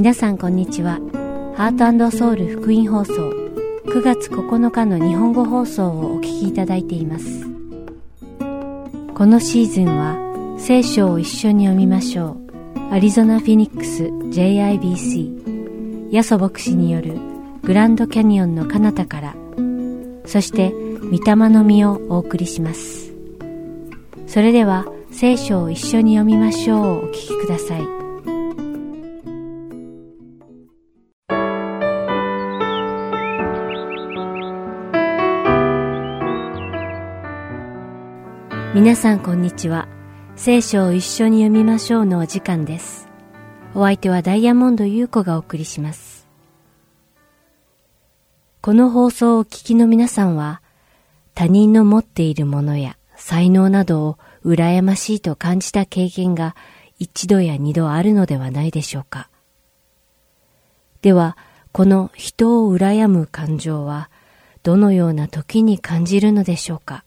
皆さんこんにちは。ハート&ソウル福音放送9月9日の日本語放送をお聞きいただいています。このシーズンは聖書を一緒に読みましょう。アリゾナ・フィニックス JIBC ヤソ牧師によるグランドキャニオンの彼方から、そして御霊の実をお送りします。それでは聖書を一緒に読みましょう。お聞きください。皆さんこんにちは。聖書を一緒に読みましょうのお時間です。お相手はダイヤモンド優子がお送りします。この放送をお聞きの皆さんは、他人の持っているものや才能などを羨ましいと感じた経験が一度や二度あるのではないでしょうか。では、この人を羨む感情はどのような時に感じるのでしょうか。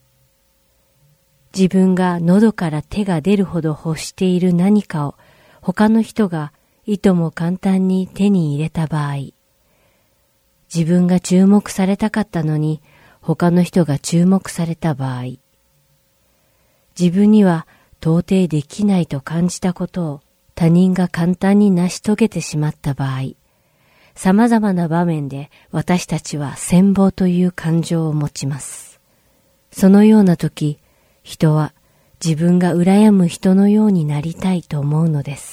自分が喉から手が出るほど欲している何かを他の人がいとも簡単に手に入れた場合、自分が注目されたかったのに他の人が注目された場合、自分には到底できないと感じたことを他人が簡単に成し遂げてしまった場合、様々な場面で私たちは羨望という感情を持ちます。そのような時、人は自分が羨む人のようになりたいと思うのです。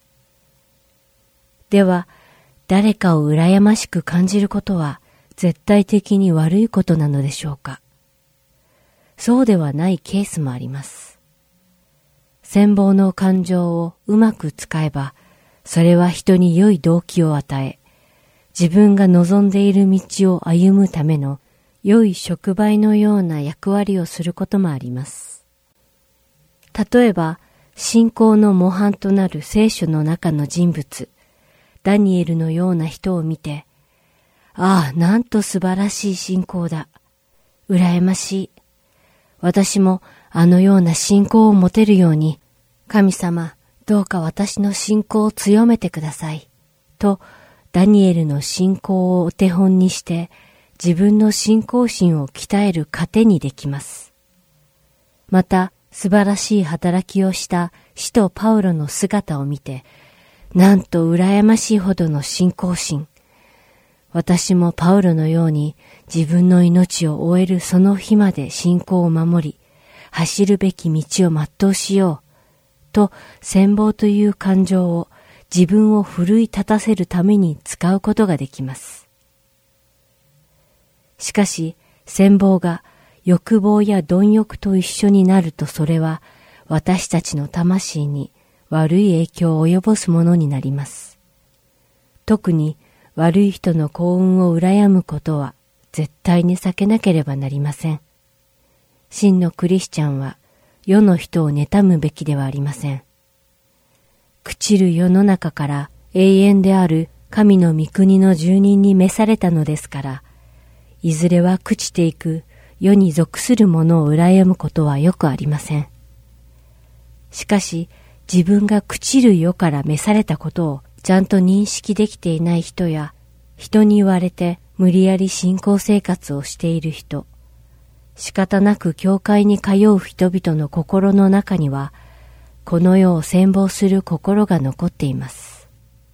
では、誰かを羨ましく感じることは絶対的に悪いことなのでしょうか。そうではないケースもあります。羨望の感情をうまく使えば、それは人に良い動機を与え、自分が望んでいる道を歩むための良い触媒のような役割をすることもあります。例えば、信仰の模範となる聖書の中の人物、ダニエルのような人を見て、ああ、なんと素晴らしい信仰だ。羨ましい。私もあのような信仰を持てるように、神様、どうか私の信仰を強めてください。と、ダニエルの信仰をお手本にして、自分の信仰心を鍛える糧にできます。また、素晴らしい働きをした使徒パウロの姿を見て、なんと羨ましいほどの信仰心。私もパウロのように自分の命を終えるその日まで信仰を守り、走るべき道を全うしよう。と、羨望という感情を自分を奮い立たせるために使うことができます。しかし、羨望が欲望や貪欲と一緒になると、それは私たちの魂に悪い影響を及ぼすものになります。特に悪い人の幸運を羨むことは絶対に避けなければなりません。真のクリスチャンは世の人を妬むべきではありません。朽ちる世の中から永遠である神の御国の住人に召されたのですから、いずれは朽ちていく世に属するものを羨むことはよくありません。しかし、自分が朽ちる世から召されたことをちゃんと認識できていない人や、人に言われて無理やり信仰生活をしている人、仕方なく教会に通う人々の心の中には、この世を羨望する心が残っています。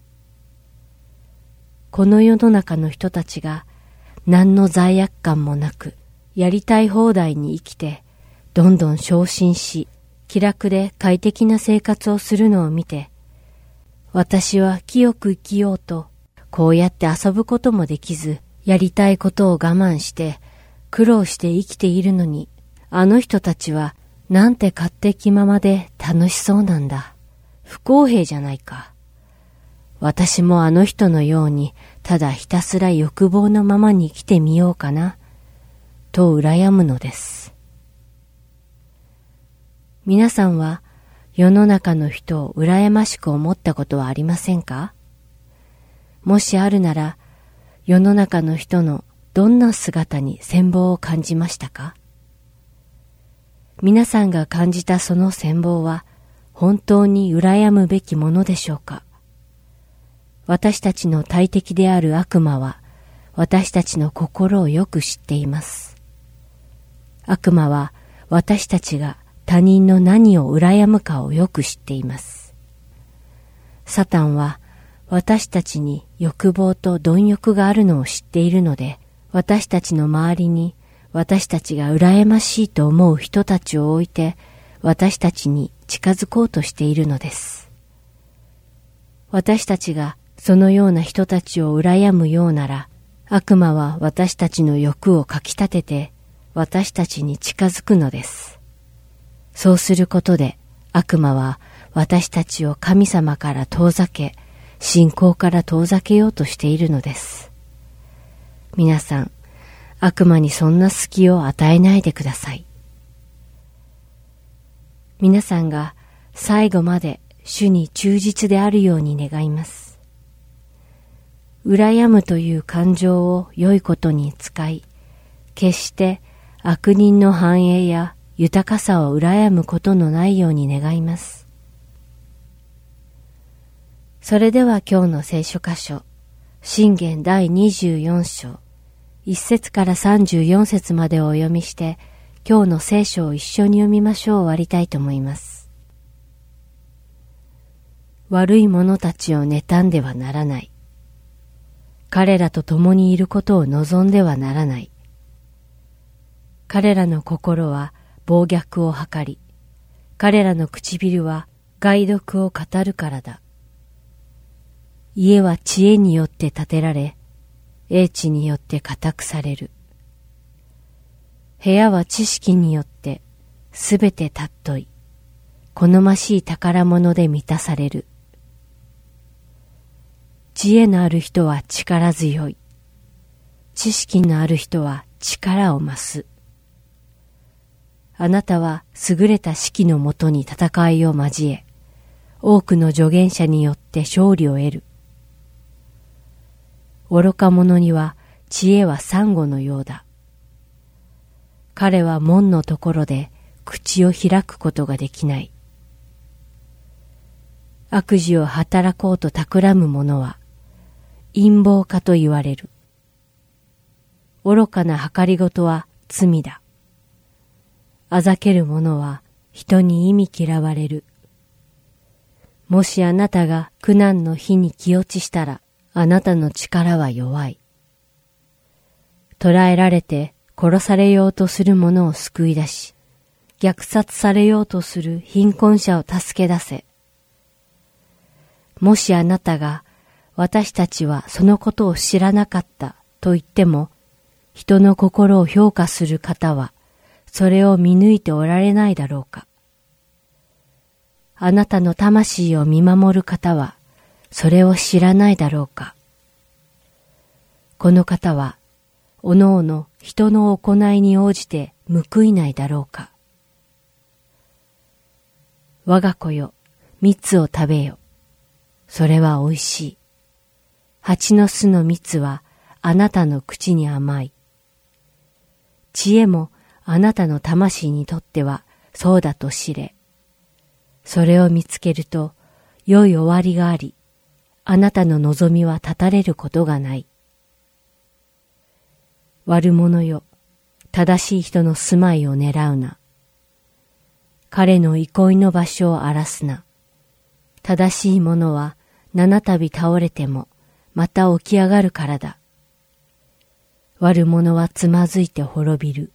この世の中の人たちが、何の罪悪感もなく、やりたい放題に生きて、どんどん昇進し、気楽で快適な生活をするのを見て、私は清く生きようと、こうやって遊ぶこともできず、やりたいことを我慢して、苦労して生きているのに、あの人たちは、なんて勝手気ままで楽しそうなんだ。不公平じゃないか。私もあの人のように、ただひたすら欲望のままに生きてみようかな、と羨むのです。皆さんは世の中の人を羨ましく思ったことはありませんか？もしあるなら、世の中の人のどんな姿に羨望を感じましたか？皆さんが感じたその羨望は本当に羨むべきものでしょうか？ 私たちの大敵である悪魔は、私たちの心をよく知っています。悪魔は私たちが他人の何を羨むかをよく知っています。サタンは私たちに欲望と貪欲があるのを知っているので、私たちの周りに私たちが羨ましいと思う人たちを置いて、私たちに近づこうとしているのです。私たちがそのような人たちを羨むようなら、悪魔は私たちの欲をかき立てて、私たちに近づくのです。そうすることで、悪魔は私たちを神様から遠ざけ、信仰から遠ざけようとしているのです。皆さん、悪魔にそんな隙を与えないでください。皆さんが最後まで主に忠実であるように願います。羨むという感情を良いことに使い、決して悪人の繁栄や豊かさを羨むことのないように願います。それでは今日の聖書箇所、箴言第24章、1節から34節までをお読みして、今日の聖書を一緒に読みましょう。終わりたいと思います。悪い者たちを妬んではならない。彼らと共にいることを望んではならない。彼らの心は暴虐を図り、彼らの唇は害毒を語るからだ。家は知恵によって建てられ、英知によって固くされる。部屋は知識によってすべて尊い、好ましい宝物で満たされる。知恵のある人は力強い。知識のある人は力を増す。あなたは優れた指揮のもとに戦いを交え、多くの助言者によって勝利を得る。愚か者には知恵はサンゴのようだ。彼は門のところで口を開くことができない。悪事を働こうと企む者は陰謀家と言われる。愚かな計りごとは罪だ。あざける者は人に忌み嫌われる。もしあなたが苦難の日に気落ちしたら、あなたの力は弱い。捕らえられて殺されようとする者を救い出し、虐殺されようとする貧困者を助け出せ。もしあなたが、私たちはそのことを知らなかったと言っても、人の心を評価する方は、それを見抜いておられないだろうか。あなたの魂を見守る方は、それを知らないだろうか。この方は、おのおの人の行いに応じて報いないだろうか。我が子よ、蜜を食べよ。それはおいしい。蜂の巣の蜜はあなたの口に甘い。知恵もあなたの魂にとってはそうだと知れ。それを見つけると良い終わりがあり、あなたの望みは絶たれることがない。悪者よ、正しい人の住まいを狙うな。彼の憩いの場所を荒らすな。正しい者は七度倒れてもまた起き上がるからだ。悪者はつまずいて滅びる。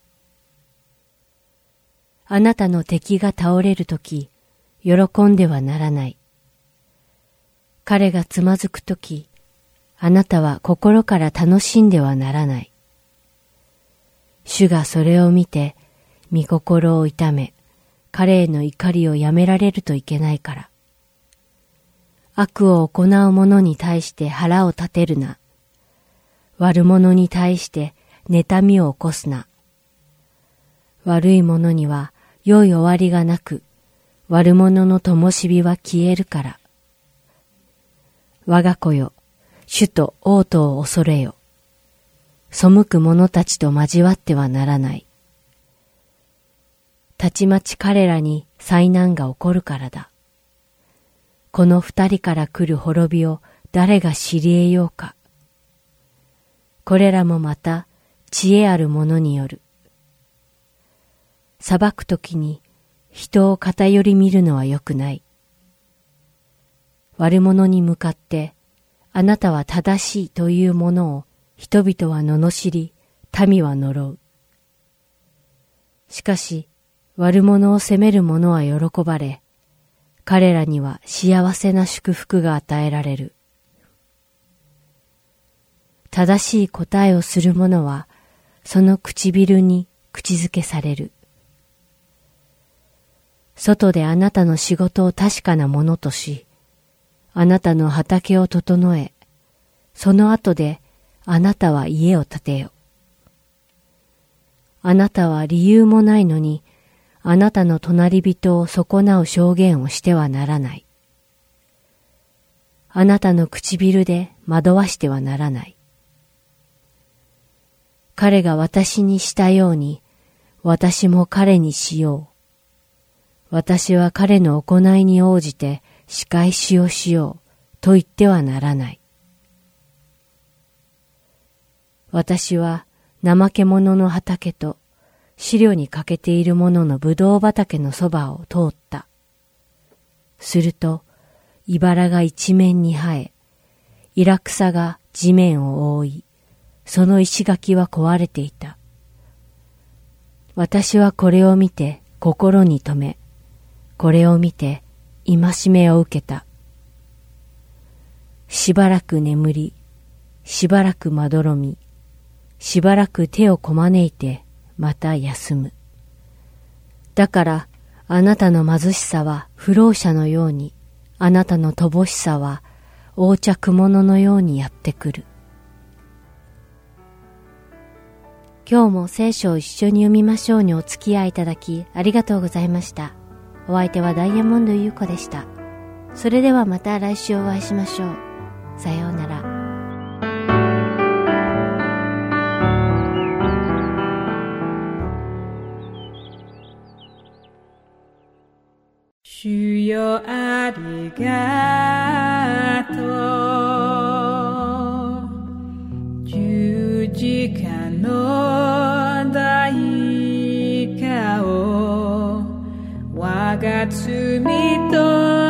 あなたの敵が倒れるとき、喜んではならない。彼がつまずくとき、あなたは心から楽しんではならない。主がそれを見て、御心を痛め、彼への怒りをやめられるといけないから。悪を行う者に対して腹を立てるな。悪者に対して妬みを起こすな。悪い者には良い終わりがなく、悪者の灯火は消えるから。我が子よ、主と王都を恐れよ。背く者たちと交わってはならない。たちまち彼らに災難が起こるからだ。この二人から来る滅びを誰が知り得ようか。これらもまた知恵ある者による。裁くときに人を偏り見るのはよくない。悪者に向かってあなたは正しいというものを人々は罵り、民は呪う。しかし悪者を責める者は喜ばれ、彼らには幸せな祝福が与えられる。正しい答えをする者はその唇に口づけされる。外であなたの仕事を確かなものとし、あなたの畑を整え、その後であなたは家を建てよ。あなたは理由もないのに、あなたの隣人を損なう証言をしてはならない。あなたの唇で惑わしてはならない。彼が私にしたように、私も彼にしよう。私は彼の行いに応じて仕返しをしようと言ってはならない。私は怠け者の畑と飼料に欠けている者のぶどう畑のそばを通った。すると、茨が一面に生え、イラ草が地面を覆い、その石垣は壊れていた。私はこれを見て心に留め、これを見て戒めを受けた。しばらく眠り、しばらくまどろみ、しばらく手をこまねいてまた休む。だからあなたの貧しさは不老者のように、あなたの乏しさは横着者のようにやってくる。今日も聖書を一緒に読みましょうにお付き合いいただきありがとうございました。お相手はダイヤモンド優子でした。それではまた来週お会いしましょう。さようなら。 主よありがとう。十字架の代価を我が罪と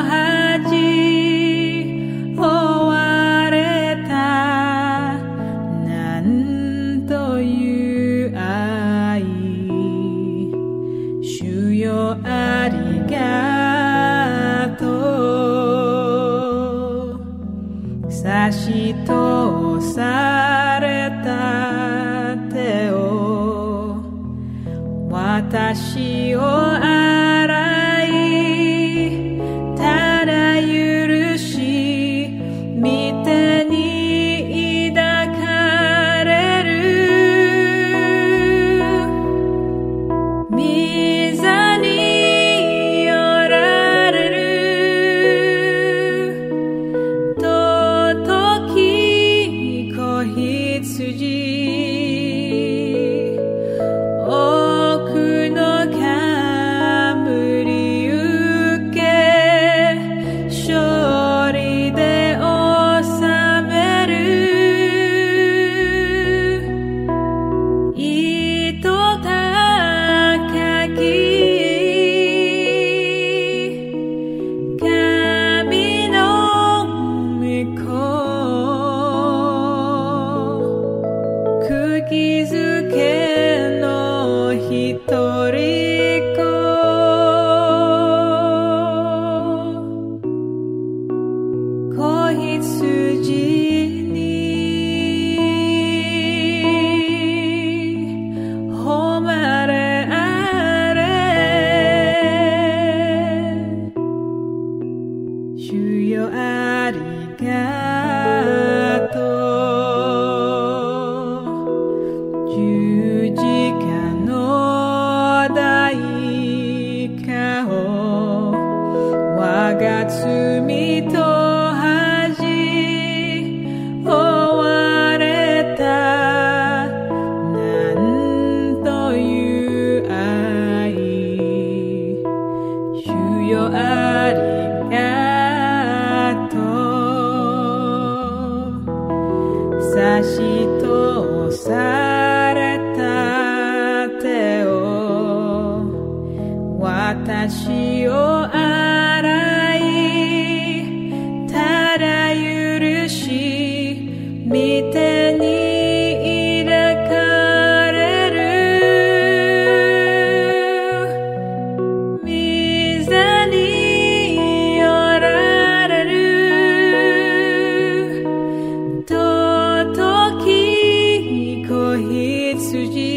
恥負われた。なんという愛。主よありがとう。差し通された手を私を洗い、ただ許し、御手に抱かれる。御座によられる。尊き子羊。主よありがとう。 私を洗いただ許し御手に抱かれる御座によられる尊き子羊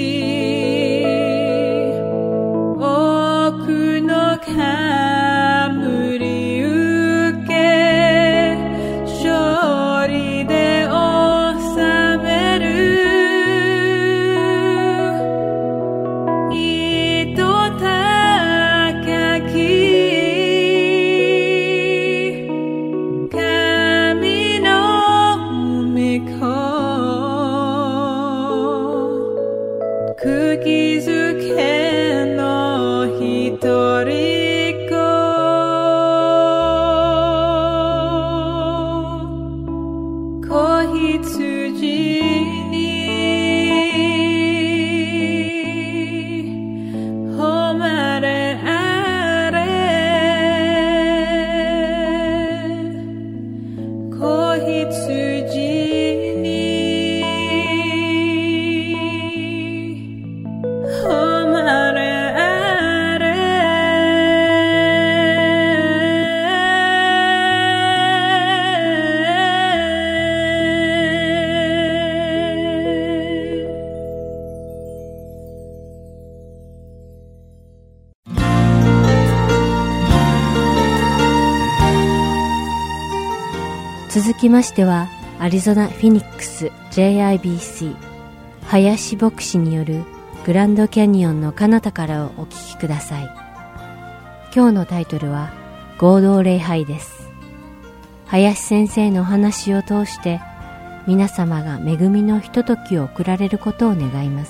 続きましては、アリゾナ・フィニックス JIBC 林牧師によるグランドキャニオンの彼方からをお聞きください。今日のタイトルは合同礼拝です。林先生のお話を通して皆様が恵みのひとときを送られることを願います。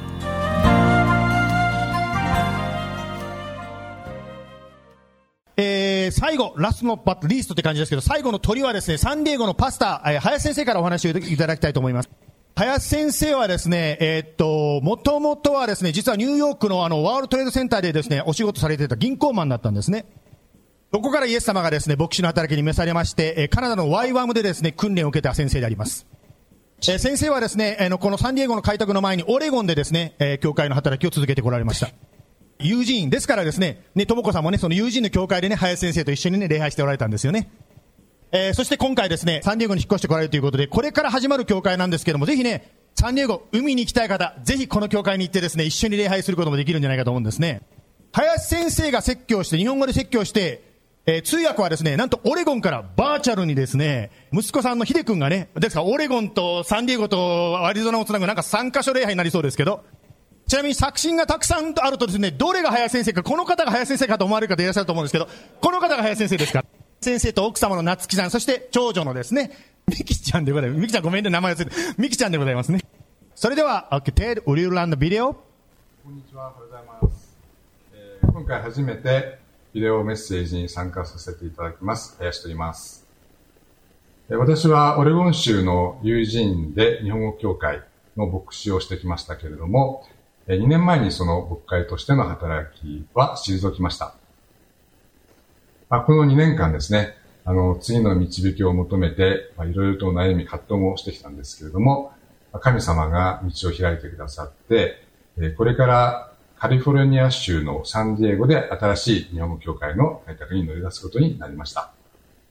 最後、ラストのバットリーストって感じですけど、最後の鳥はですね、サンディエゴのパスタ、林先生からお話をいただきたいと思います。林先生はですね、もともとはですね、実はニューヨークのワールドトレードセンターでですね、お仕事されていた銀行マンだったんですね。そこからイエス様がですね、牧師の働きに召されまして、カナダのワイワムでですね、訓練を受けた先生であります。先生はですね、このサンディエゴの開拓の前にオレゴンでですね、教会の働きを続けてこられました。友人ですからですね、智子さんもね、その友人の教会でね、林先生と一緒にね、礼拝しておられたんですよね。そして今回ですね、サンディエゴに引っ越してこられるということで、これから始まる教会なんですけども、ぜひね、サンディエゴ、海に行きたい方、ぜひこの教会に行ってですね、一緒に礼拝することもできるんじゃないかと思うんですね。林先生が説教して、日本語で説教して、通訳はですね、なんとオレゴンからバーチャルにですね、息子さんのヒデ君がね、ですからオレゴンとサンディエゴとアリゾナをつなぐなんか3カ所礼拝になりそうですけど、ちなみに作品がたくさんあるとですね、どれが林先生か、この方が林先生かと思われる方いらっしゃると思うんですけど、この方が林先生ですか。先生と奥様の夏木さん、そして長女のですね、ミキちゃんでございます。ミキちゃんごめんね、名前をついて。ミキちゃんでございますね。それでは、Ted, will you run the video? こんにちは、おはようございます。今回初めてビデオメッセージに参加させていただきます。林と言います。私はオレゴン州の友人で日本語教会の牧師をしてきましたけれども、2年前にその牧会としての働きは退きました。この2年間ですね、次の導きを求めて、いろいろと悩み、葛藤もしてきたんですけれども、神様が道を開いてくださって、これからカリフォルニア州のサンディエゴで新しい日本語教会の開拓に乗り出すことになりました。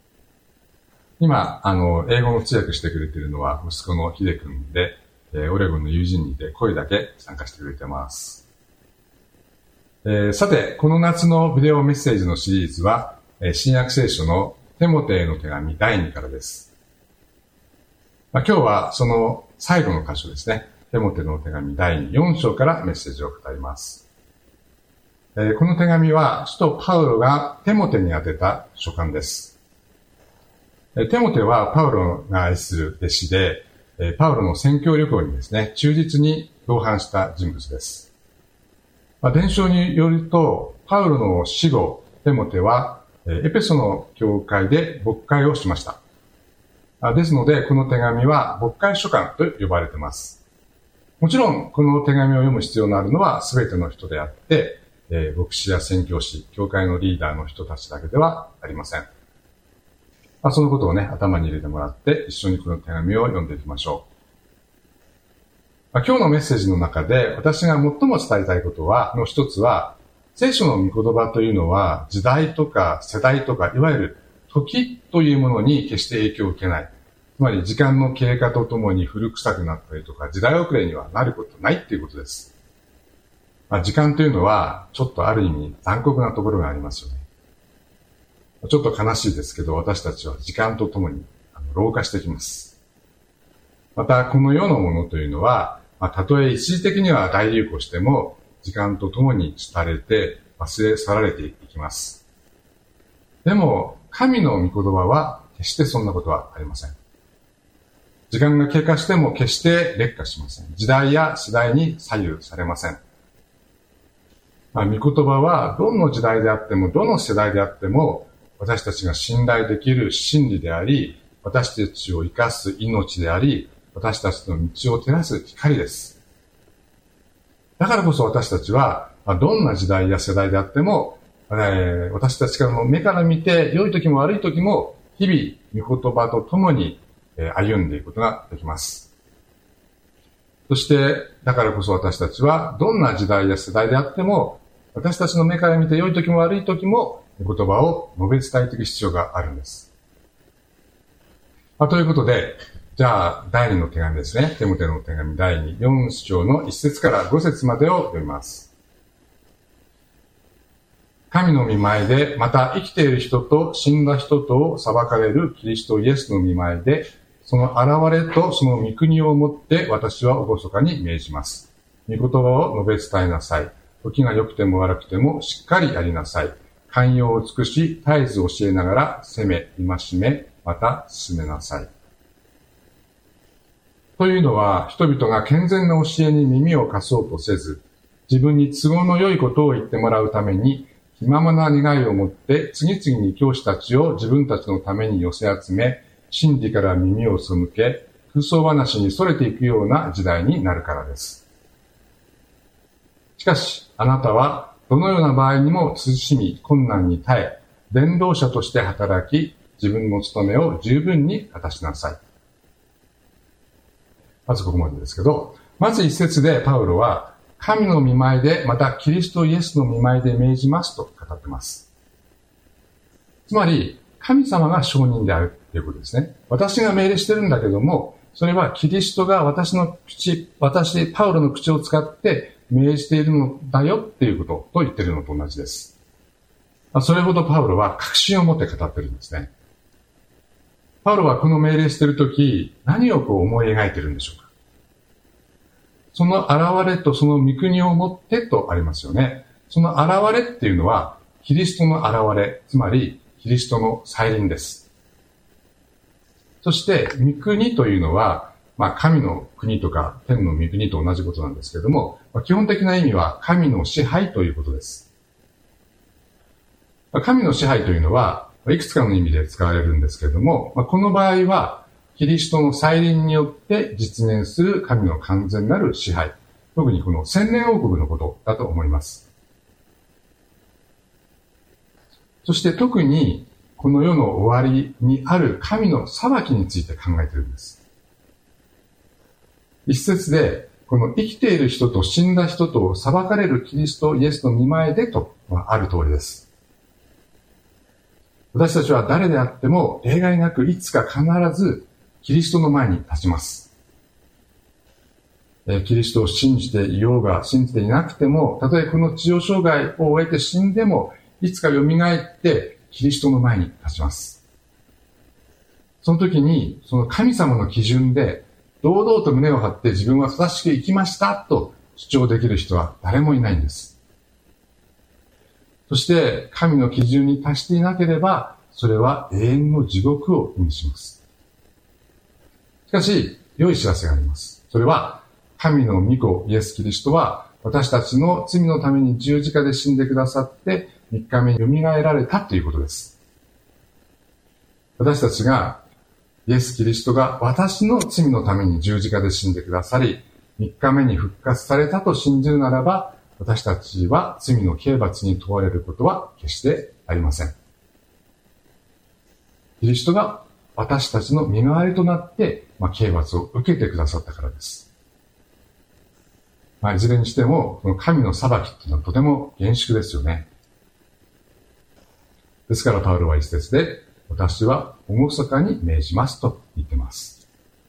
今、英語の通訳してくれているのは息子のヒデ君で、オレゴンの友人にて声だけ参加してくれています。さて、この夏のビデオメッセージのシリーズは、新約聖書のテモテへの手紙第2からです。今日はその最後の箇所ですね。テモテの手紙第4章からメッセージを語ります。この手紙は、使徒パウロがテモテに宛てた書簡です。テモテはパウロが愛する弟子で、パウロの宣教旅行にですね、忠実に同伴した人物です。伝承によると、パウロの死後、テモテはエペソの教会で牧会をしました。ですので、この手紙は牧会書簡と呼ばれています。もちろん、この手紙を読む必要のあるのは全ての人であって、 牧師や宣教師、教会のリーダーの人たちだけではありません。そのことをね、頭に入れてもらって、一緒にこの手紙を読んでいきましょう。今日のメッセージの中で、私が最も伝えたいことの一つは、聖書の御言葉というのは、時代とか世代とか、いわゆる時というものに決して影響を受けない。つまり、時間の経過とともに古臭くなったりとか、時代遅れにはなることないっていうことです。時間というのは、ちょっとある意味残酷なところがありますよね。ちょっと悲しいですけど、私たちは時間とともに老化してきます。また、この世のものというのは、たとえ一時的には大流行しても、時間とともに廃れて忘れ去られていきます。でも、神の御言葉は決してそんなことはありません。時間が経過しても決して劣化しません。時代や世代に左右されません。御言葉はどの時代であっても、どの世代であっても、私たちが信頼できる真理であり、私たちを生かす命であり、私たちの道を照らす光です。だからこそ私たちは、どんな時代や世代であっても、私たちからの目から見て、良い時も悪い時も、日々、御言葉と共に歩んでいくことができます。そして、だからこそ私たちは、どんな時代や世代であっても、私たちの目から見て良い時も悪い時も、御言葉を述べ伝えていく必要があるんです。ということで、じゃあ、第2の手紙ですね。テモテの手紙第2、4章の1節から5節までを読みます。神の御前で、また生きている人と死んだ人とを裁かれるキリストイエスの御前で、その現れとその御国をもって私は厳かに命じます。御言葉を述べ伝えなさい。時が良くても悪くてもしっかりやりなさい。寛容を尽くし、絶えず教えながら、責め、戒め、また進めなさい。というのは、人々が健全な教えに耳を貸そうとせず、自分に都合の良いことを言ってもらうために、気ままな願いを持って、次々に教師たちを自分たちのために寄せ集め、真理から耳を背け、空想話に逸れていくような時代になるからです。しかし、あなたは、どのような場合にも慎み、困難に耐え、伝道者として働き、自分の務めを十分に果たしなさい。まずここまでですけど、まず一節でパウロは、神の御前で、またキリストイエスの御前で命じますと語っています。つまり、神様が証人であるということですね。私が命令してるんだけども、それはキリストがパウロの口を使って命じているのだよっていうことと言っているのと同じです。それほどパウロは確信を持って語っているんですね。パウロはこの命令しているとき、何を思い描いているんでしょうか。その現れとその御国をもってとありますよね。その現れっていうのは、キリストの現れ、つまりキリストの再臨です。そして、御国というのは、神の国とか天の御国と同じことなんですけれども、基本的な意味は神の支配ということです。神の支配というのは、いくつかの意味で使われるんですけれども、この場合は、キリストの再臨によって実現する神の完全なる支配。特にこの千年王国のことだと思います。そして特に、この世の終わりにある神の裁きについて考えているんです。一節で、この生きている人と死んだ人と裁かれるキリストイエスの御前でとある通りです。私たちは誰であっても例外なくいつか必ずキリストの前に立ちます。キリストを信じていようが信じていなくても、たとえこの地上生涯を終えて死んでも、いつか蘇ってキリストの前に立ちます。その時に、その神様の基準で、堂々と胸を張って自分は正しく生きましたと主張できる人は誰もいないんです。そして、神の基準に達していなければ、それは永遠の地獄を意味します。しかし、良い知らせがあります。それは、神の御子イエス・キリストは、私たちの罪のために十字架で死んでくださって、3日目に蘇られたということです。私たちが、イエス・キリストが私の罪のために十字架で死んでくださり、3日目に復活されたと信じるならば、 私たちは罪の刑罰に問われることは決してありません。キリストが私たちの身代わりとなって、刑罰を受けてくださったからです。いずれにしても、この神の裁きっていうのはとても厳粛ですよね。ですからパウロは一節で、私は厳かに命じますと言っています。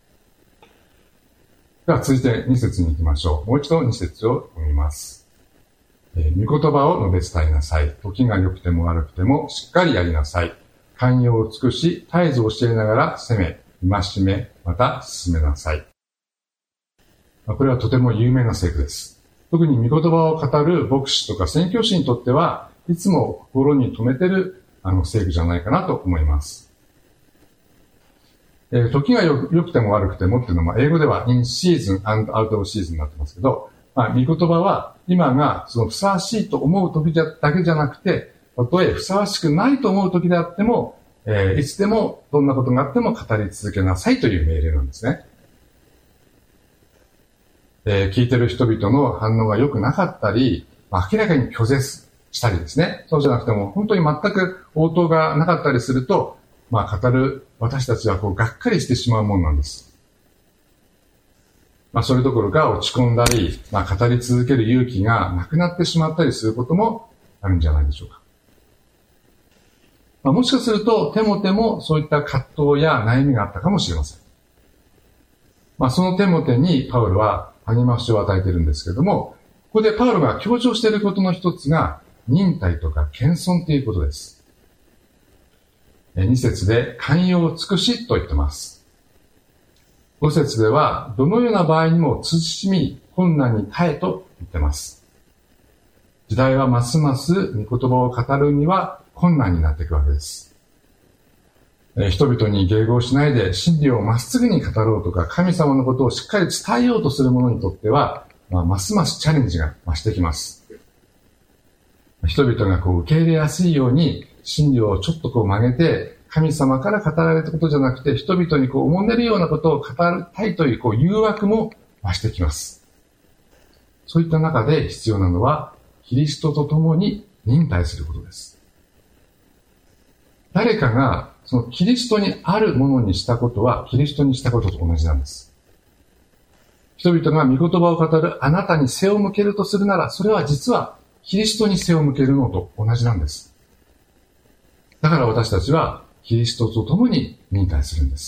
では続いて2節に行きましょう。もう一度2節を読みます。御言葉を述べ伝えなさい。時が良くても悪くてもしっかりやりなさい。寛容を尽くし、絶えず教えながら責め、戒め、また進めなさい。これはとても有名な聖句です。特に御言葉を語る牧師とか宣教師にとっては、いつも心に留めている聖句じゃないかなと思います。時が良くても悪くてもっていうのは、英語では in season and out of season になってますけど、御言葉は今がそのふさわしいと思う時だけじゃなくて、たとえふさわしくないと思う時であっても、いつでもどんなことがあっても語り続けなさいという命令なんですね。聞いてる人々の反応が良くなかったり、明らかに拒絶したりですね。そうじゃなくても本当に全く応答がなかったりすると、語る私たちはがっかりしてしまうものなんです。それどころか落ち込んだり、語り続ける勇気がなくなってしまったりすることもあるんじゃないでしょうか。もしかすると、テモテもそういった葛藤や悩みがあったかもしれません。そのテモテにパウロは励ましを与えているんですけれども、ここでパウロが強調していることの一つが、忍耐とか謙遜ということです。2節で寛容を尽くしと言っています。5節では、どのような場合にも慎み、困難に耐えと言っています。時代はますます御言葉を語るには困難になっていくわけです。人々に迎合しないで真理をまっすぐに語ろうとか、神様のことをしっかり伝えようとする者にとっては、ますますチャレンジが増してきます。人々が受け入れやすいように、真理をちょっと曲げて、神様から語られたことじゃなくて、人々におもねるようなことを語りたいという誘惑も増してきます。そういった中で必要なのは、キリストと共に忍耐することです。誰かがそのキリストにあるものにしたことは、キリストにしたことと同じなんです。人々が御言葉を語るあなたに背を向けるとするなら、それは実はキリストに背を向けるのと同じなんです。だから私たちはキリストと共に忍耐するんです。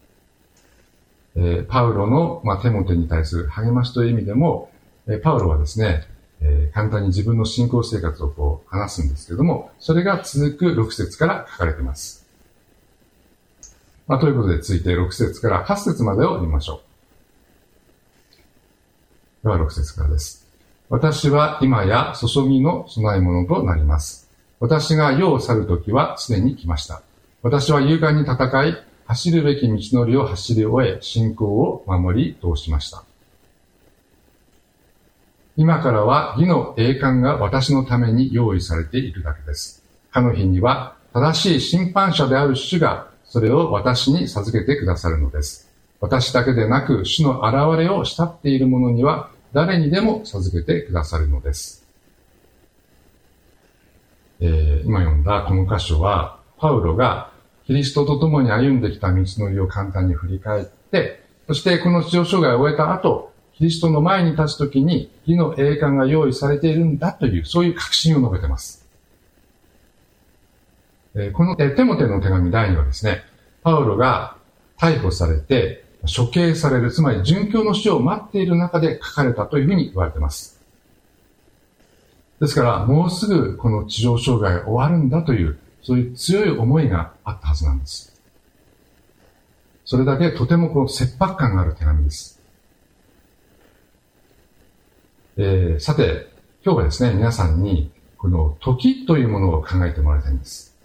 パウロの、テモテに対する励ましという意味でも、パウロはですね、簡単に自分の信仰生活を話すんですけれども、それが続く6節から書かれています。ということで続いて6節から8節までを読みましょう。では6節からです。私は今や注ぎの供え物となります。私が世を去るときはすでに来ました。私は勇敢に戦い、走るべき道のりを走り終え、信仰を守り通しました。今からは義の栄冠が私のために用意されているだけです。かの日には正しい審判者である主がそれを私に授けてくださるのです。私だけでなく主の現れを慕っている者には誰にでも授けてくださるのです。今読んだこの箇所は、パウロがキリストと共に歩んできた道のりを簡単に振り返って、そしてこの地上生涯を終えた後、キリストの前に立つときに義の栄冠が用意されているんだという、そういう確信を述べています。このテモテの手紙第2はですね、パウロが逮捕されて処刑される、つまり殉教の死を待っている中で書かれたというふうに言われています。ですから、もうすぐこの地上生涯が終わるんだという、そういう強い思いがあったはずなんです。それだけとても切迫感がある手紙です。さて、今日はですね、皆さんにこの時というものを考えてもらいたいんです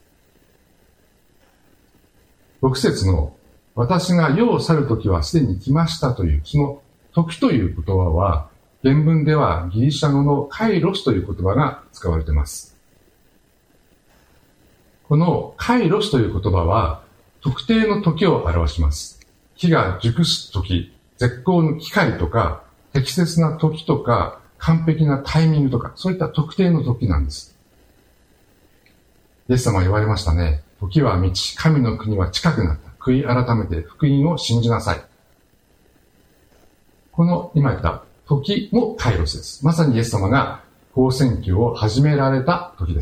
。6節の私が世を去る時はすでに来ましたという、その時という言葉は、原文ではギリシャ語のカイロスという言葉が使われています。このカイロスという言葉は特定の時を表します。木が熟す時、絶好の機会とか、適切な時とか、 完璧なタイミングとか、そういった特定の時なんです。イエス様は言われましたね。時は満ち、神の国は近くなった。悔い改めて福音を信じなさい。この今言った時もカイロスです。まさにイエス様が公選挙を始められた時です。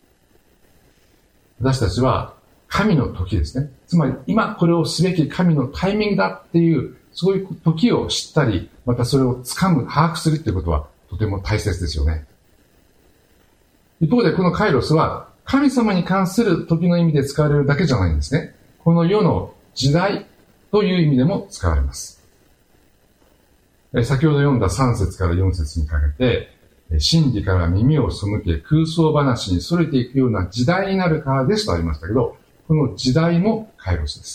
私たちは神の時ですね。つまり今これをすべき神のタイミングだっていう、そういう時を知ったり、またそれを掴む、把握するっていうことはとても大切ですよね。一方でこのカイロスは神様に関する時の意味で使われるだけじゃないんですね。この世の時代という意味でも使われます。先ほど読んだ3節から4節にかけて、真理から耳を背け空想話に逸れていくような時代になるからですとありましたけど、この時代もカイロスです。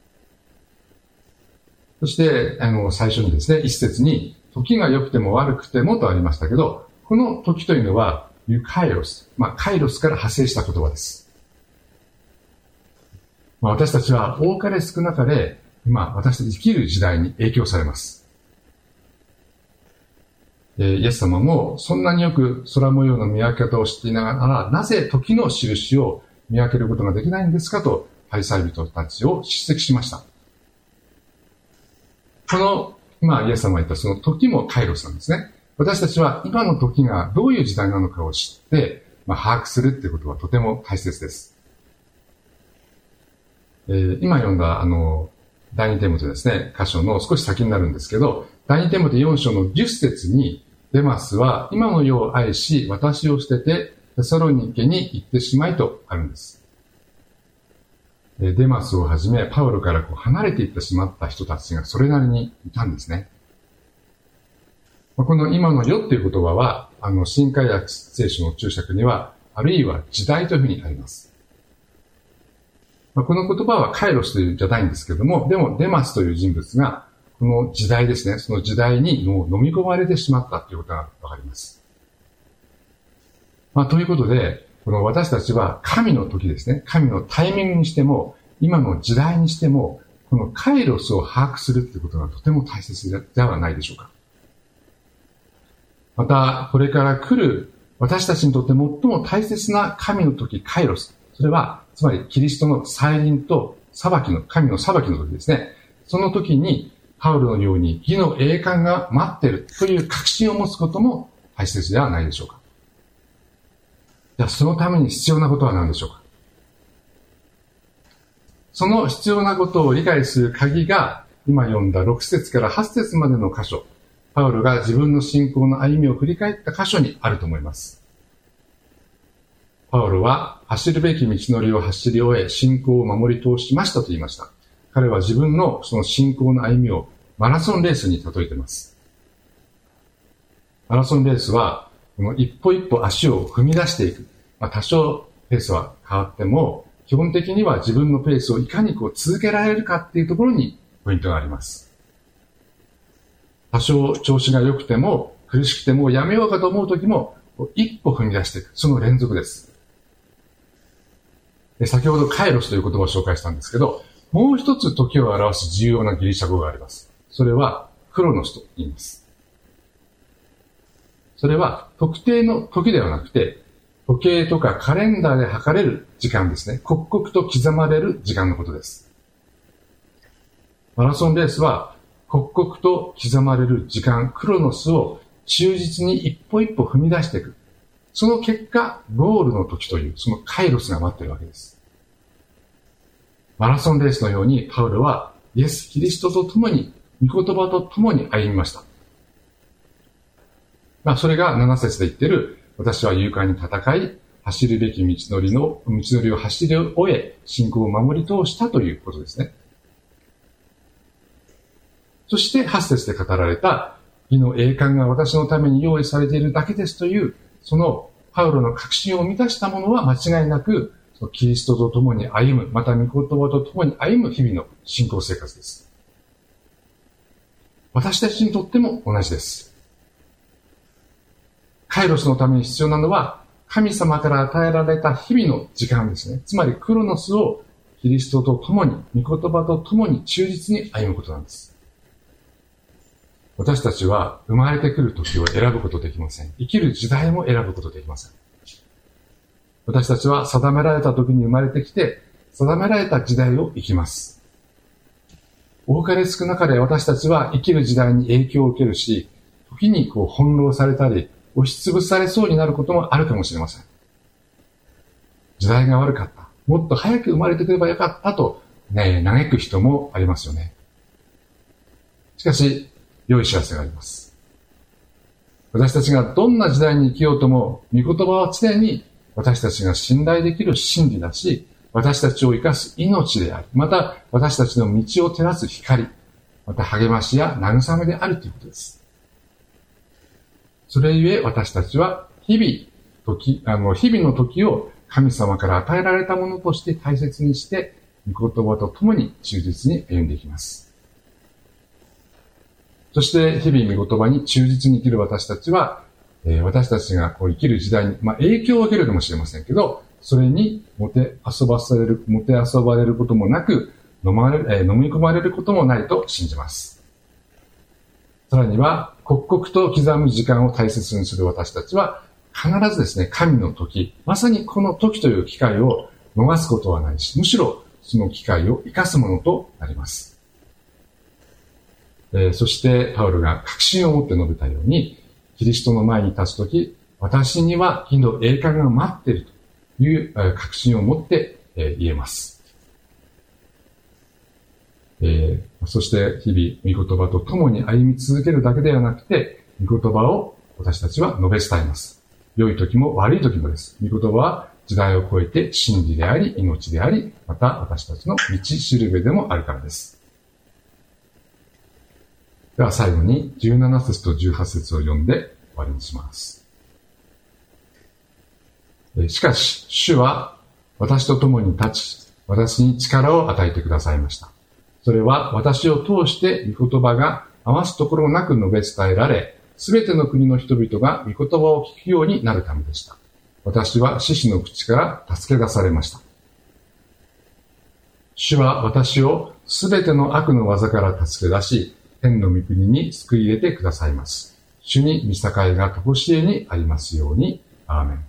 そして、最初にですね、一節に、時が良くても悪くてもとありましたけど、この時というのは、ユカイロス。カイロスから派生した言葉です。私たちは多かれ少なかれ、今、私たち生きる時代に影響されます。イエス様も、そんなによく空模様の見分け方をしていながら、なぜ時の印を見分けることができないんですかと、パリサイ人たちを叱責しました。この、今、イエス様が言ったその時もカイロスなんですね。私たちは今の時がどういう時代なのかを知って、把握するっていうことはとても大切です。今読んだ第二テモテですね、箇所の少し先になるんですけど、第二テモテ4章の10節に、デマスは今の世を愛し、私を捨ててテサロニケに行ってしまいとあるんです。デマスをはじめ、パウロから離れていってしまった人たちがそれなりにいたんですね。この今の世っていう言葉は、新海訳聖書の注釈には、あるいは時代というふうにあります。この言葉はカイロスというじゃないんですけども、でもデマスという人物が、この時代ですね、その時代にもう飲み込まれてしまったということがわかります。ということで、この私たちは神の時ですね、神のタイミングにしても、今の時代にしても、このカイロスを把握するということがとても大切ではないでしょうか。また、これから来る私たちにとって最も大切な神の時、カイロス。それは、つまりキリストの再臨と神の裁きの時ですね。その時に、パウロのように義の栄冠が待っているという確信を持つことも大切ではないでしょうか。じゃあ、そのために必要なことは何でしょうか。その必要なことを理解する鍵が、今読んだ6節から8節までの箇所、パウロが自分の信仰の歩みを振り返った箇所にあると思います。パウロは走るべき道のりを走り終え、信仰を守り通しましたと言いました。彼は自分のその信仰の歩みをマラソンレースに例えています。マラソンレースは、この一歩一歩足を踏み出していく。多少ペースは変わっても、基本的には自分のペースをいかに続けられるかっていうところにポイントがあります。多少調子が良くても苦しくてもやめようかと思う時も一歩踏み出していく。その連続です。先ほどカイロスという言葉を紹介したんですけど、もう一つ時を表す重要なギリシャ語があります。それはクロノスと言います。それは特定の時ではなくて、時計とかカレンダーで測れる時間ですね。刻々と刻まれる時間のことです。マラソンレースは刻々と刻まれる時間、クロノスを忠実に一歩一歩踏み出していく。その結果、ゴールの時というそのカイロスが待っているわけです。マラソンレースのようにパウロはイエス・キリストと共に、御言葉と共に歩みました。それが7節で言っている、私は勇敢に戦い、走るべき道のりを走り終え、信仰を守り通したということですね。そして8節で語られた、義の栄冠が私のために用意されているだけですという、そのパウロの確信を満たしたものは間違いなく、キリストと共に歩む、また御言葉と共に歩む日々の信仰生活です。私たちにとっても同じです。カイロスのために必要なのは、神様から与えられた日々の時間ですね。つまりクロノスをキリストと共に、御言葉と共に忠実に歩むことなんです。 私たちは生まれてくる時を選ぶことできません。生きる時代も選ぶことできません。私たちは定められた時に生まれてきて、定められた時代を生きます。多かれ少なかれ私たちは生きる時代に影響を受けるし、時に翻弄されたり、押しつぶされそうになることもあるかもしれません。時代が悪かった。もっと早く生まれてくればよかったと、嘆く人もありますよね。しかし、良い知らせがあります。私たちがどんな時代に生きようとも、御言葉は常に私たちが信頼できる真理だし、私たちを生かす命であり、また私たちの道を照らす光、また励ましや慰めであるということです。それゆえ私たちは日々の時を神様から与えられたものとして大切にして、御言葉と共に忠実に歩んでいきます。そして日々御言葉に忠実に生きる私たちは、私たちが生きる時代に、影響を受けるかもしれませんけど、それにもてあそばれることもなく、飲み込まれることもないと信じます。さらには、刻々と刻む時間を大切にする私たちは、必ずですね、神の時、まさにこの時という機会を逃すことはないし、むしろその機会を生かすものとなります。そして、パウロが確信を持って述べたように、キリストの前に立つとき、私には義の栄冠が待っているという確信を持って言えます。そして日々、御言葉と共に歩み続けるだけではなくて、御言葉を私たちは述べ伝えます。良い時も悪い時もです。御言葉は時代を超えて真理であり、命であり、また私たちの道しるべでもあるからです。では最後に17節と18節を読んで終わりにします。しかし、主は私と共に立ち、私に力を与えてくださいました。それは私を通して御言葉が余すところなく述べ伝えられ、すべての国の人々が御言葉を聞くようになるためでした。私は獅子の口から助け出されました。主は私をすべての悪の技から助け出し、天の御国に救い入れてくださいます。主に御栄がとこしえにありますように。アーメン。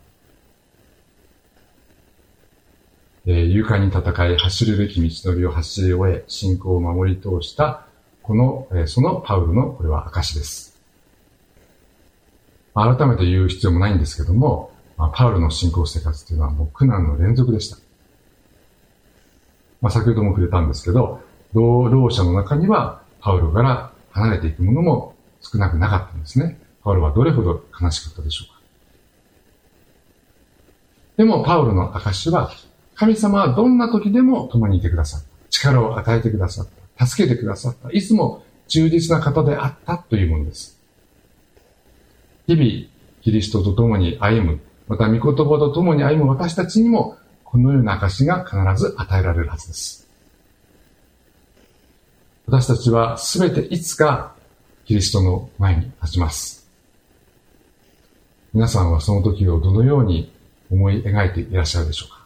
勇敢に戦い、走るべき道のりを走り終え、信仰を守り通した、そのパウロのこれは証です。改めて言う必要もないんですけども、パウロの信仰生活というのはもう苦難の連続でした。先ほども触れたんですけど、同労者の中にはパウロから離れていくものも少なくなかったんですね。パウロはどれほど悲しかったでしょうか。でもパウロの証は、神様はどんな時でも共にいてくださった。力を与えてくださった。助けてくださった。いつも忠実な方であったというものです。日々、キリストと共に歩む、また御言葉と共に歩む私たちにも、このような証が必ず与えられるはずです。私たちはすべていつかキリストの前に立ちます。皆さんはその時をどのように思い描いていらっしゃるでしょうか。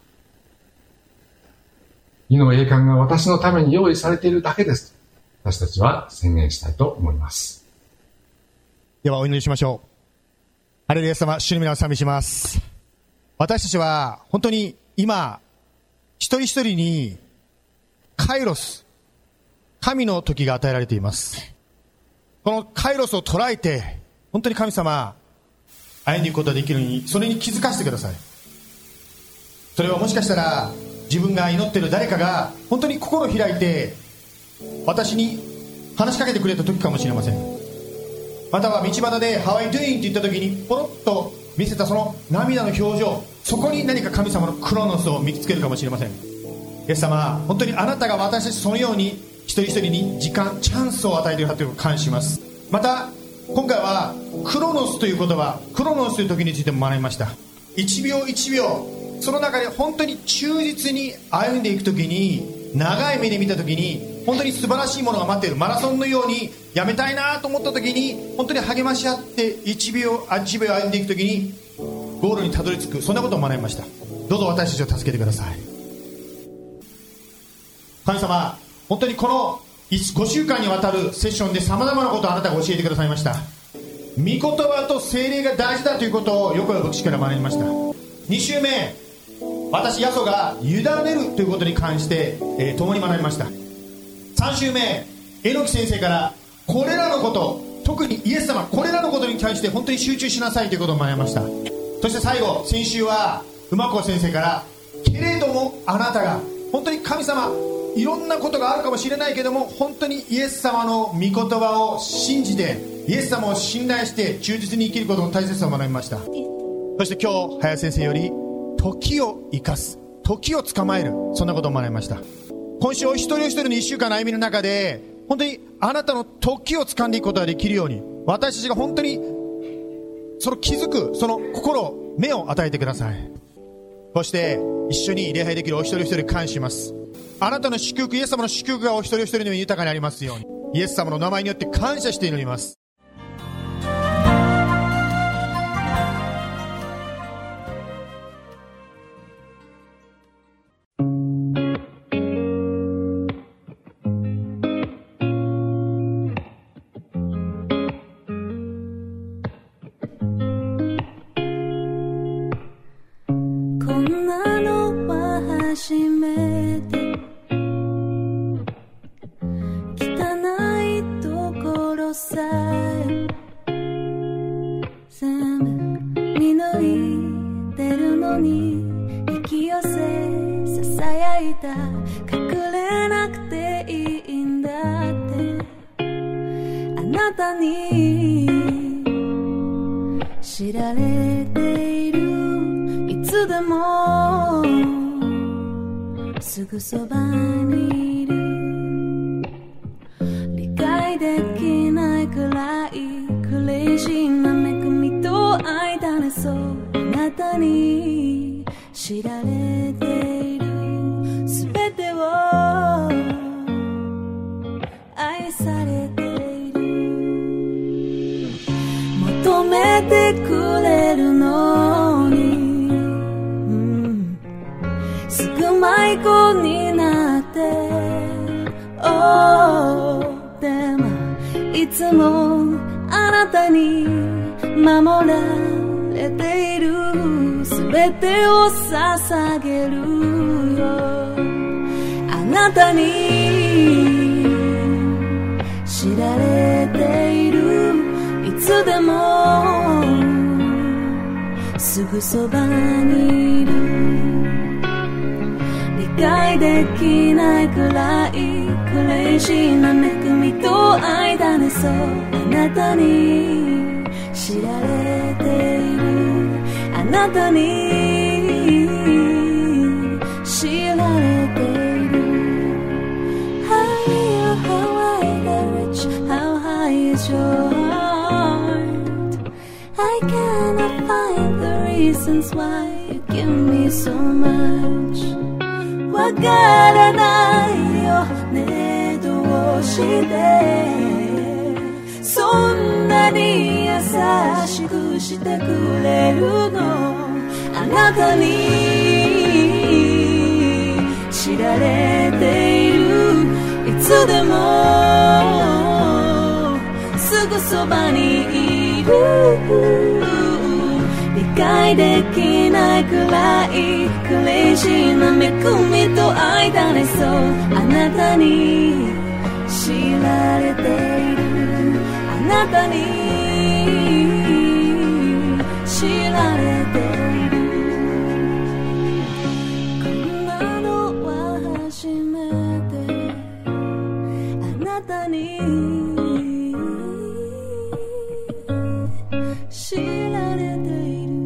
義の栄冠が私のために用意されているだけです。私たちは宣言したいと思います。 ではお祈りしましょう。ハレルヤ様、主の皆を賛美します。私たちは本当に今、一人一人にカイロス、神の時が与えられています。このカイロスを捉えて、本当に神様、歩んでいくことができるように、それに気づかせてください。それはもしかしたら、自分が祈っている誰かが、本当に心を開いて、私に話しかけてくれた時かもしれません。または道端で How are you doing? って言った時に、ポロッと見せたその涙の表情、そこに何か神様のクロノスを見つけるかもしれません。イエス様、本当にあなたが私たちそのように一人一人に時間、チャンスを与えているということを感謝します。また今回はクロノスという言葉、クロノスという時についても学びました。1秒1秒、その中で本当に忠実に歩んでいく時に、長い目で見た時に本当に素晴らしいものが待っている。マラソンのようにやめたいなと思った時に、本当に励まし合って1秒1秒歩んでいく時にゴールにたどり着く、そんなことを学びました。どうぞ私たちを助けてください。神様、本当にこの 5週間にわたるセッションで様々なことをあなたが教えてくださいました。御言葉と聖霊が大事だということをよく牧師から学びました。2週目、私ヤソが委ねるということに関して、共に学びました。3週目、榎木先生からこれらのこと、特にイエス様、これらのことに対して本当に集中しなさいということを学びました。そして最後、先週は馬子先生からけれどもあなたが本当に神様、いろんなことがあるかもしれないけども、本当にイエス様の御言葉を信じて、イエス様を信頼して忠実に生きることの大切さを学びました。そして今日林先生より時を生かす、時を捕まえる、そんなことを学びました。今週お一人お一人の1週間の歩みの中で、本当にあなたの時を掴んでいくことができるように、私たちが本当にその気づく、その心、目を与えてください。そして一緒に礼拝できるお一人お一人感謝します。あなたの祝福、イエス様の祝福がお一人お一人の上に豊かにありますように、イエス様の名前によって感謝して祈ります。 そばにいる理解できないくらいクレイジーな恵みと愛だね。そうあなたに知られているすべてを愛されている求めてくれるのに迷子になって、でもいつもあなたに守られているすべてを捧げるよ。あなたに知られているいつでもすぐそばにいる理解できないくらいクレイジーな恵みと愛だね。そうあなたに知られているあなたに知られている How high the rich, how high is your heart I cannot find the reasons why you give me so muchわからないよねどうしてそんなに優しくしてくれるのあなたに知られているいつでもすぐそばにいる理解できないくらいクレイジーな恵みと愛だね。そうあなたに知られているあなたに知られているこんなのは初めてあなたに知られている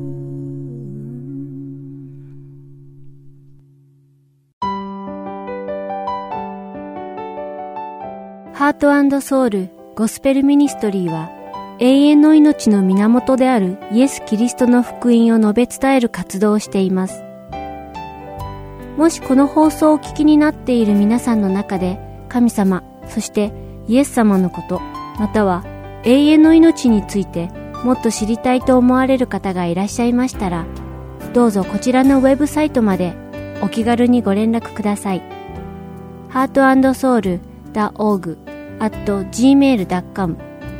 ハート&ソウルゴスペルミニストリーは永遠の命の源であるイエス・キリストの福音を述べ伝える活動をしています。もしこの放送をお聞きになっている皆さんの中で神様、そしてイエス様のこと、または永遠の命についてもっと知りたいと思われる方がいらっしゃいましたら、どうぞこちらのウェブサイトまでお気軽にご連絡ください。ハート&ソウル heart.gmail.com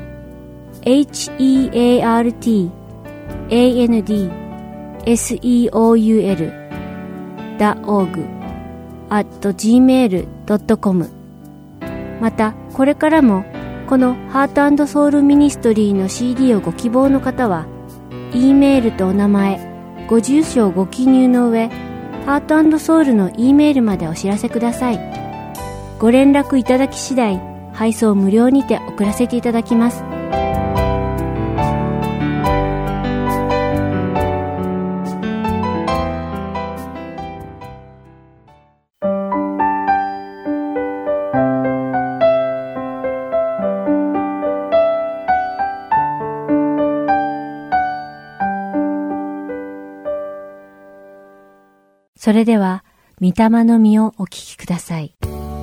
heartandseoul.org@gmail.com また、これからもこのハート&ソウルミニストリーの CD をご希望の方は、E メールとお名前、ご住所をご記入の上、ハート&ソウルの E メールまでお知らせください。ご連絡いただき次第、配送無料にて送らせていただきます。それでは、御霊の実をお聞きください。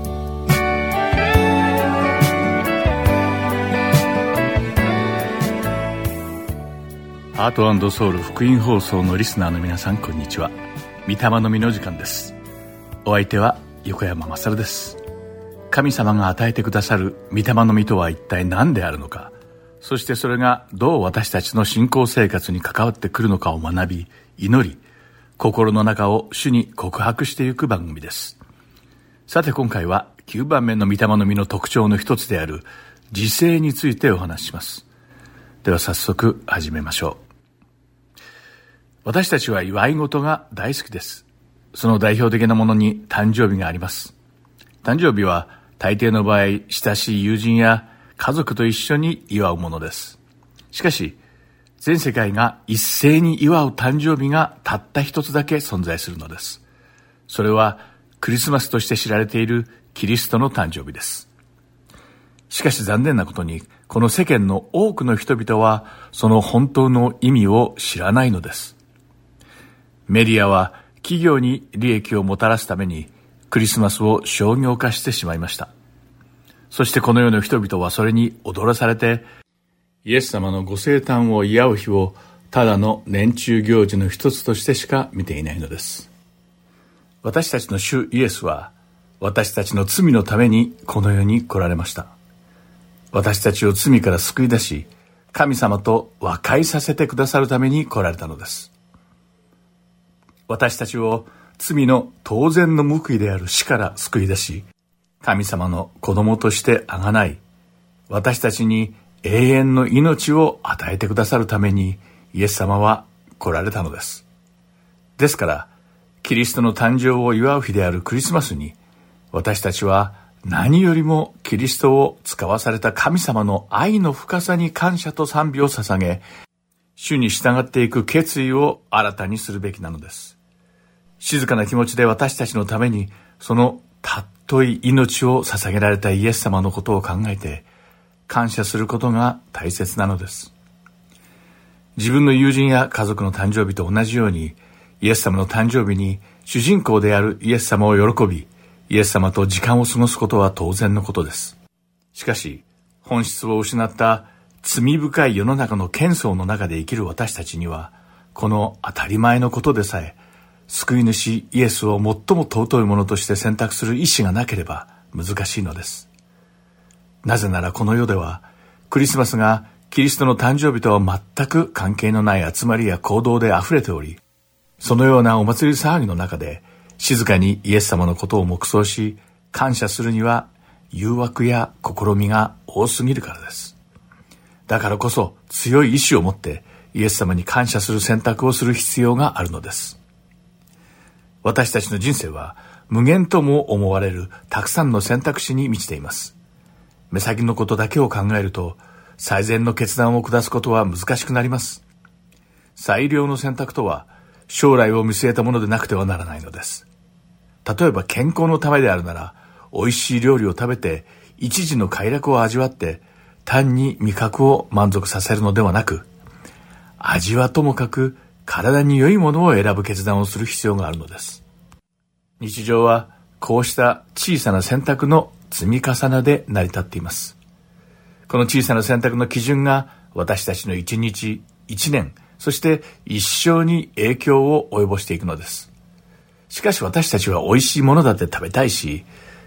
ハート&ソウル福音放送のリスナーの皆さん、こんにちは。御霊の実の時間です。お相手は横山まさるです。神様が与えてくださる御霊の実とは一体何であるのか、そしてそれがどう私たちの信仰生活に関わってくるのかを学び、祈り、心の中を主に告白していく番組です。さて、今回は9番目の御霊の実の特徴の一つである自制についてお話しします。では早速始めましょう。私たちは祝い事が大好きです。その代表的なものに誕生日があります。誕生日は大抵の場合、親しい友人や家族と一緒に祝うものです。しかし、全世界が一斉に祝う誕生日がたった一つだけ存在するのです。それはクリスマスとして知られているキリストの誕生日です。しかし残念なことに、この世間の多くの人々はその本当の意味を知らないのです。メディアは企業に利益をもたらすためにクリスマスを商業化してしまいました。そしてこの世の人々はそれに踊らされて、イエス様のご生誕を祝う日をただの年中行事の一つとしてしか見ていないのです。私たちの主イエスは私たちの罪のためにこの世に来られました。私たちを罪から救い出し、神様と和解させてくださるために来られたのです。私たちを罪の当然の報いである死から救い出し、神様の子供としてあがない、私たちに永遠の命を与えてくださるためにイエス様は来られたのです。ですから、キリストの誕生を祝う日であるクリスマスに、私たちは何よりもキリストを使わされた神様の愛の深さに感謝と賛美を捧げ、主に従っていく決意を新たにするべきなのです。静かな気持ちで私たちのためにその尊い命を捧げられたイエス様のことを考えて、感謝することが大切なのです。自分の友人や家族の誕生日と同じように、イエス様の誕生日に主人公であるイエス様を喜び、イエス様と時間を過ごすことは当然のことです。しかし、本質を失った罪深い世の中の喧騒の中で生きる私たちには、この当たり前のことでさえ、救い主イエスを最も尊いものとして選択する意志がなければ難しいのです。なぜならこの世では、クリスマスがキリストの誕生日とは全く関係のない集まりや行動で溢れており、そのようなお祭り騒ぎの中で、静かにイエス様のことを黙想し、感謝するには誘惑や試みが多すぎるからです。だからこそ強い意志を持ってイエス様に感謝する選択をする必要があるのです。私たちの人生は無限とも思われるたくさんの選択肢に満ちています。目先のことだけを考えると、最善の決断を下すことは難しくなります。最良の選択とは、将来を見据えたものでなくてはならないのです。例えば健康のためであるなら、美味しい料理を食べて、一時の快楽を味わって、単に味覚を満足させるのではなく、味はともかく体に良いものを選ぶ決断をする必要があるのです。日常はこうした小さな選択の積み重ねで成り立っています。この小さな選択の基準が私たちの一日、一年、そして一生に影響を及ぼしていくのです。しかし私たちは美味しいものだって食べたいし、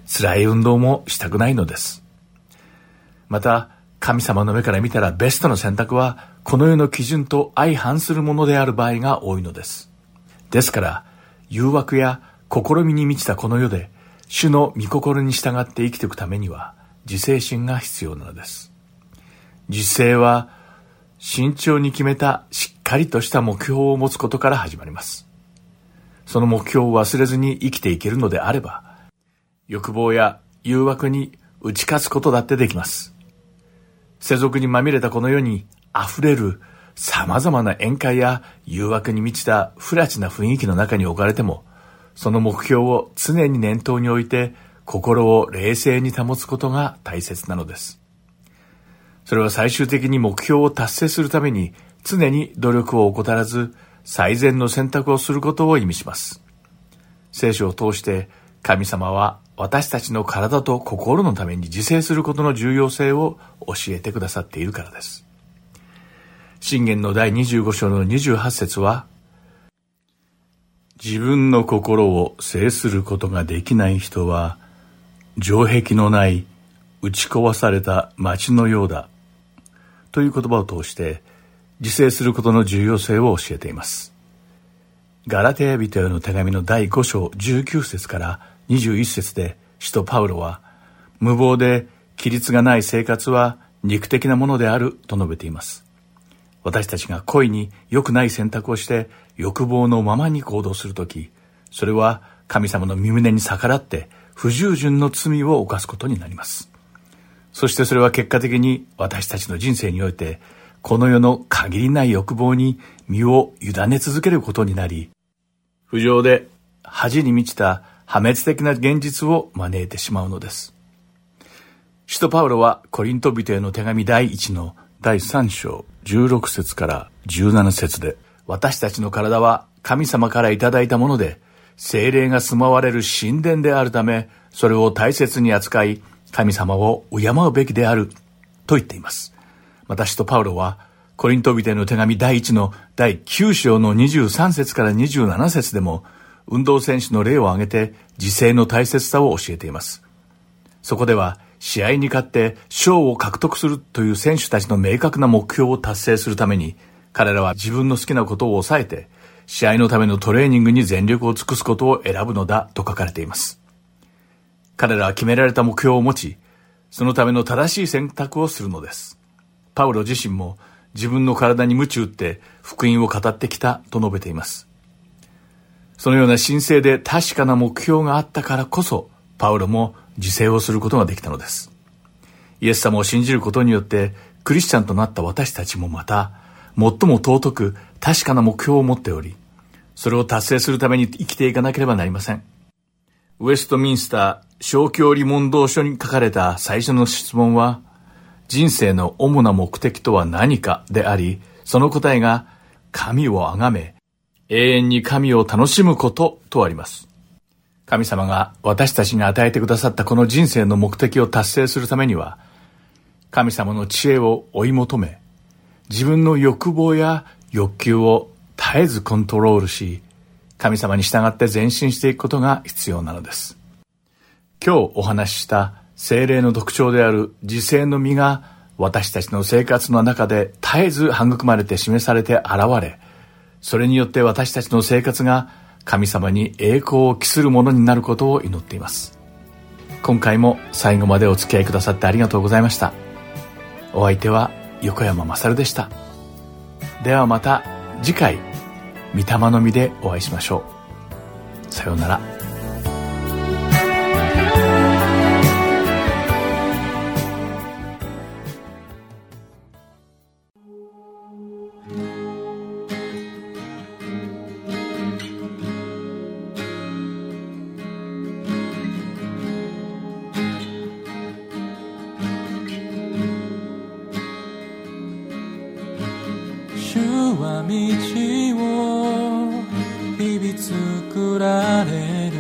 辛い運動もしたくないのです。また、神様の目から見たらベストの選択はこの世の基準と相反するものである場合が多いのです。ですから、誘惑や試みに満ちたこの世で主の御心に従って生きていくためには自制心が必要なのです。自制は慎重に決めたしっかりとした目標を持つことから始まります。その目標を忘れずに生きていけるのであれば、欲望や誘惑に打ち勝つことだってできます。世俗にまみれたこの世に溢れる様々な宴会や誘惑に満ちた不埒な雰囲気の中に置かれても、その目標を常に念頭に置いて心を冷静に保つことが大切なのです。それは最終的に目標を達成するために常に努力を怠らず最善の選択をすることを意味します。聖書を通して神様は私たちの体と心のために自制することの重要性を教えてくださっているからです。箴言の第25章の28節は、自分の心を制することができない人は城壁のない打ち壊された町のようだという言葉を通して自制することの重要性を教えています。ガラテヤ人への手紙の第5章19節から21節で使徒パウロは、無謀で規律がない生活は肉的なものであると述べています。私たちが故意に良くない選択をして欲望のままに行動するとき、それは神様の御胸に逆らって不従順の罪を犯すことになります。そしてそれは結果的に私たちの人生においてこの世の限りない欲望に身を委ね続けることになり、不浄で恥に満ちた破滅的な現実を招いてしまうのです。使徒パウロはコリント人への手紙第1の第3章16節から17節で、私たちの体は神様からいただいたもので、聖霊が住まわれる神殿であるため、それを大切に扱い、神様を敬うべきであると言っています。また使徒パウロはコリント人への手紙第1の第9章の23節から27節でも、運動選手の例を挙げて自制の大切さを教えています。そこでは試合に勝って賞を獲得するという選手たちの明確な目標を達成するために、彼らは自分の好きなことを抑えて試合のためのトレーニングに全力を尽くすことを選ぶのだと書かれています。彼らは決められた目標を持ち、そのための正しい選択をするのです。パウロ自身も自分の体に鞭打って福音を語ってきたと述べています。そのような神聖で確かな目標があったからこそ、パウロも自制をすることができたのです。イエス様を信じることによってクリスチャンとなった私たちもまた、最も尊く確かな目標を持っており、それを達成するために生きていかなければなりません。ウェストミンスター小教理問答書に書かれた最初の質問は、人生の主な目的とは何かであり、その答えが神を崇め、永遠に神を楽しむこととあります。神様が私たちに与えてくださったこの人生の目的を達成するためには、神様の知恵を追い求め、自分の欲望や欲求を絶えずコントロールし、神様に従って前進していくことが必要なのです。今日お話しした聖霊の特徴である自制の実が私たちの生活の中で絶えず育まれて示されて現れ、それによって私たちの生活が神様に栄光を期するものになることを祈っています。今回も最後までお付き合いくださってありがとうございました。お相手は横山まさるでした。ではまた次回、御霊の実でお会いしましょう。さようなら。 主は道を日々作られる。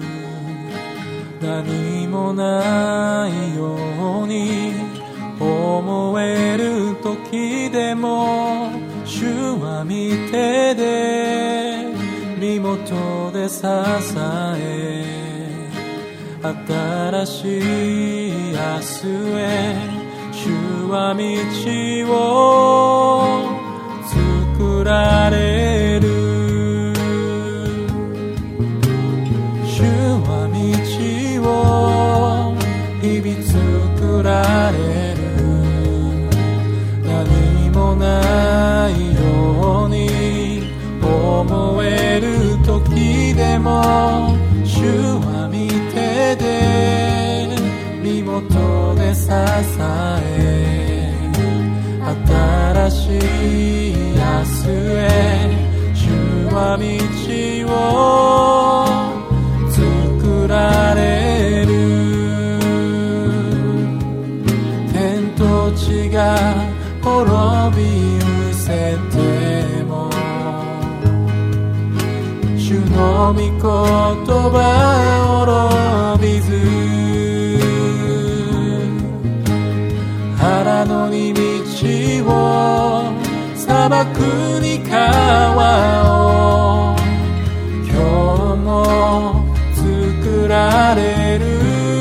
何もないように思える時でも、主は御手で身元で支え、 新しい明日へ主は道を作られる主は道を日々作られる何もないように思える時でも主は御手で身元で支え新しい明日へ主は道を作られる天と地が滅び失せても主の御言葉滅びず腹のに道を砂漠に川を今日も作られる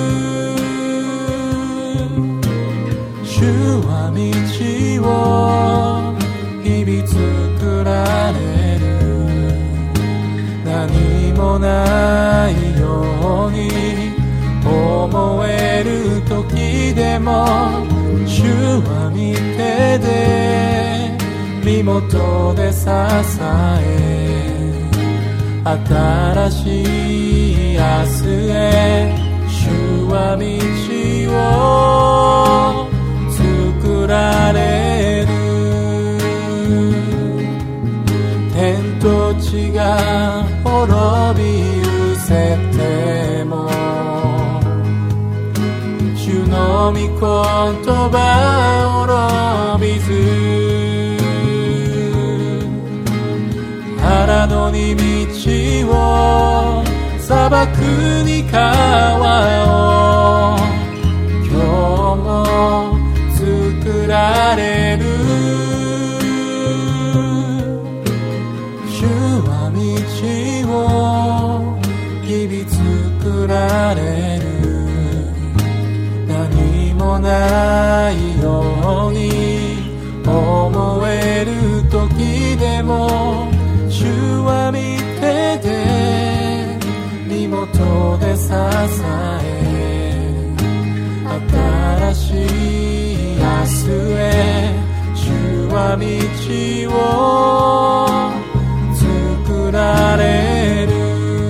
主は道を日々作られる何もないように思える時でも主は御手で身元で支え新しい明日へ主は道を作られる天と地が滅び失せても主の御言葉滅びず腹のに道を砂漠に川を今日も作られる主は道を日々作られる何もないように思える時でも主は御手で身元で支え新しい明日へ主は道を作られる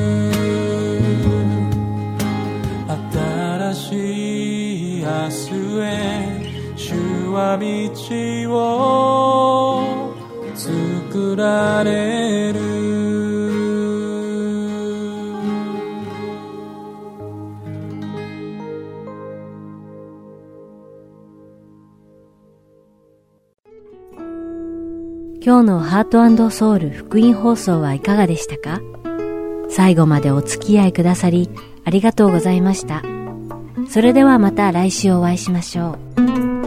新しい明日へ主は道を作られる今日のハート&ソウル福音放送はいかがでしたか？最後までお付き合いくださりありがとうございました。それではまた来週お会いしましょう。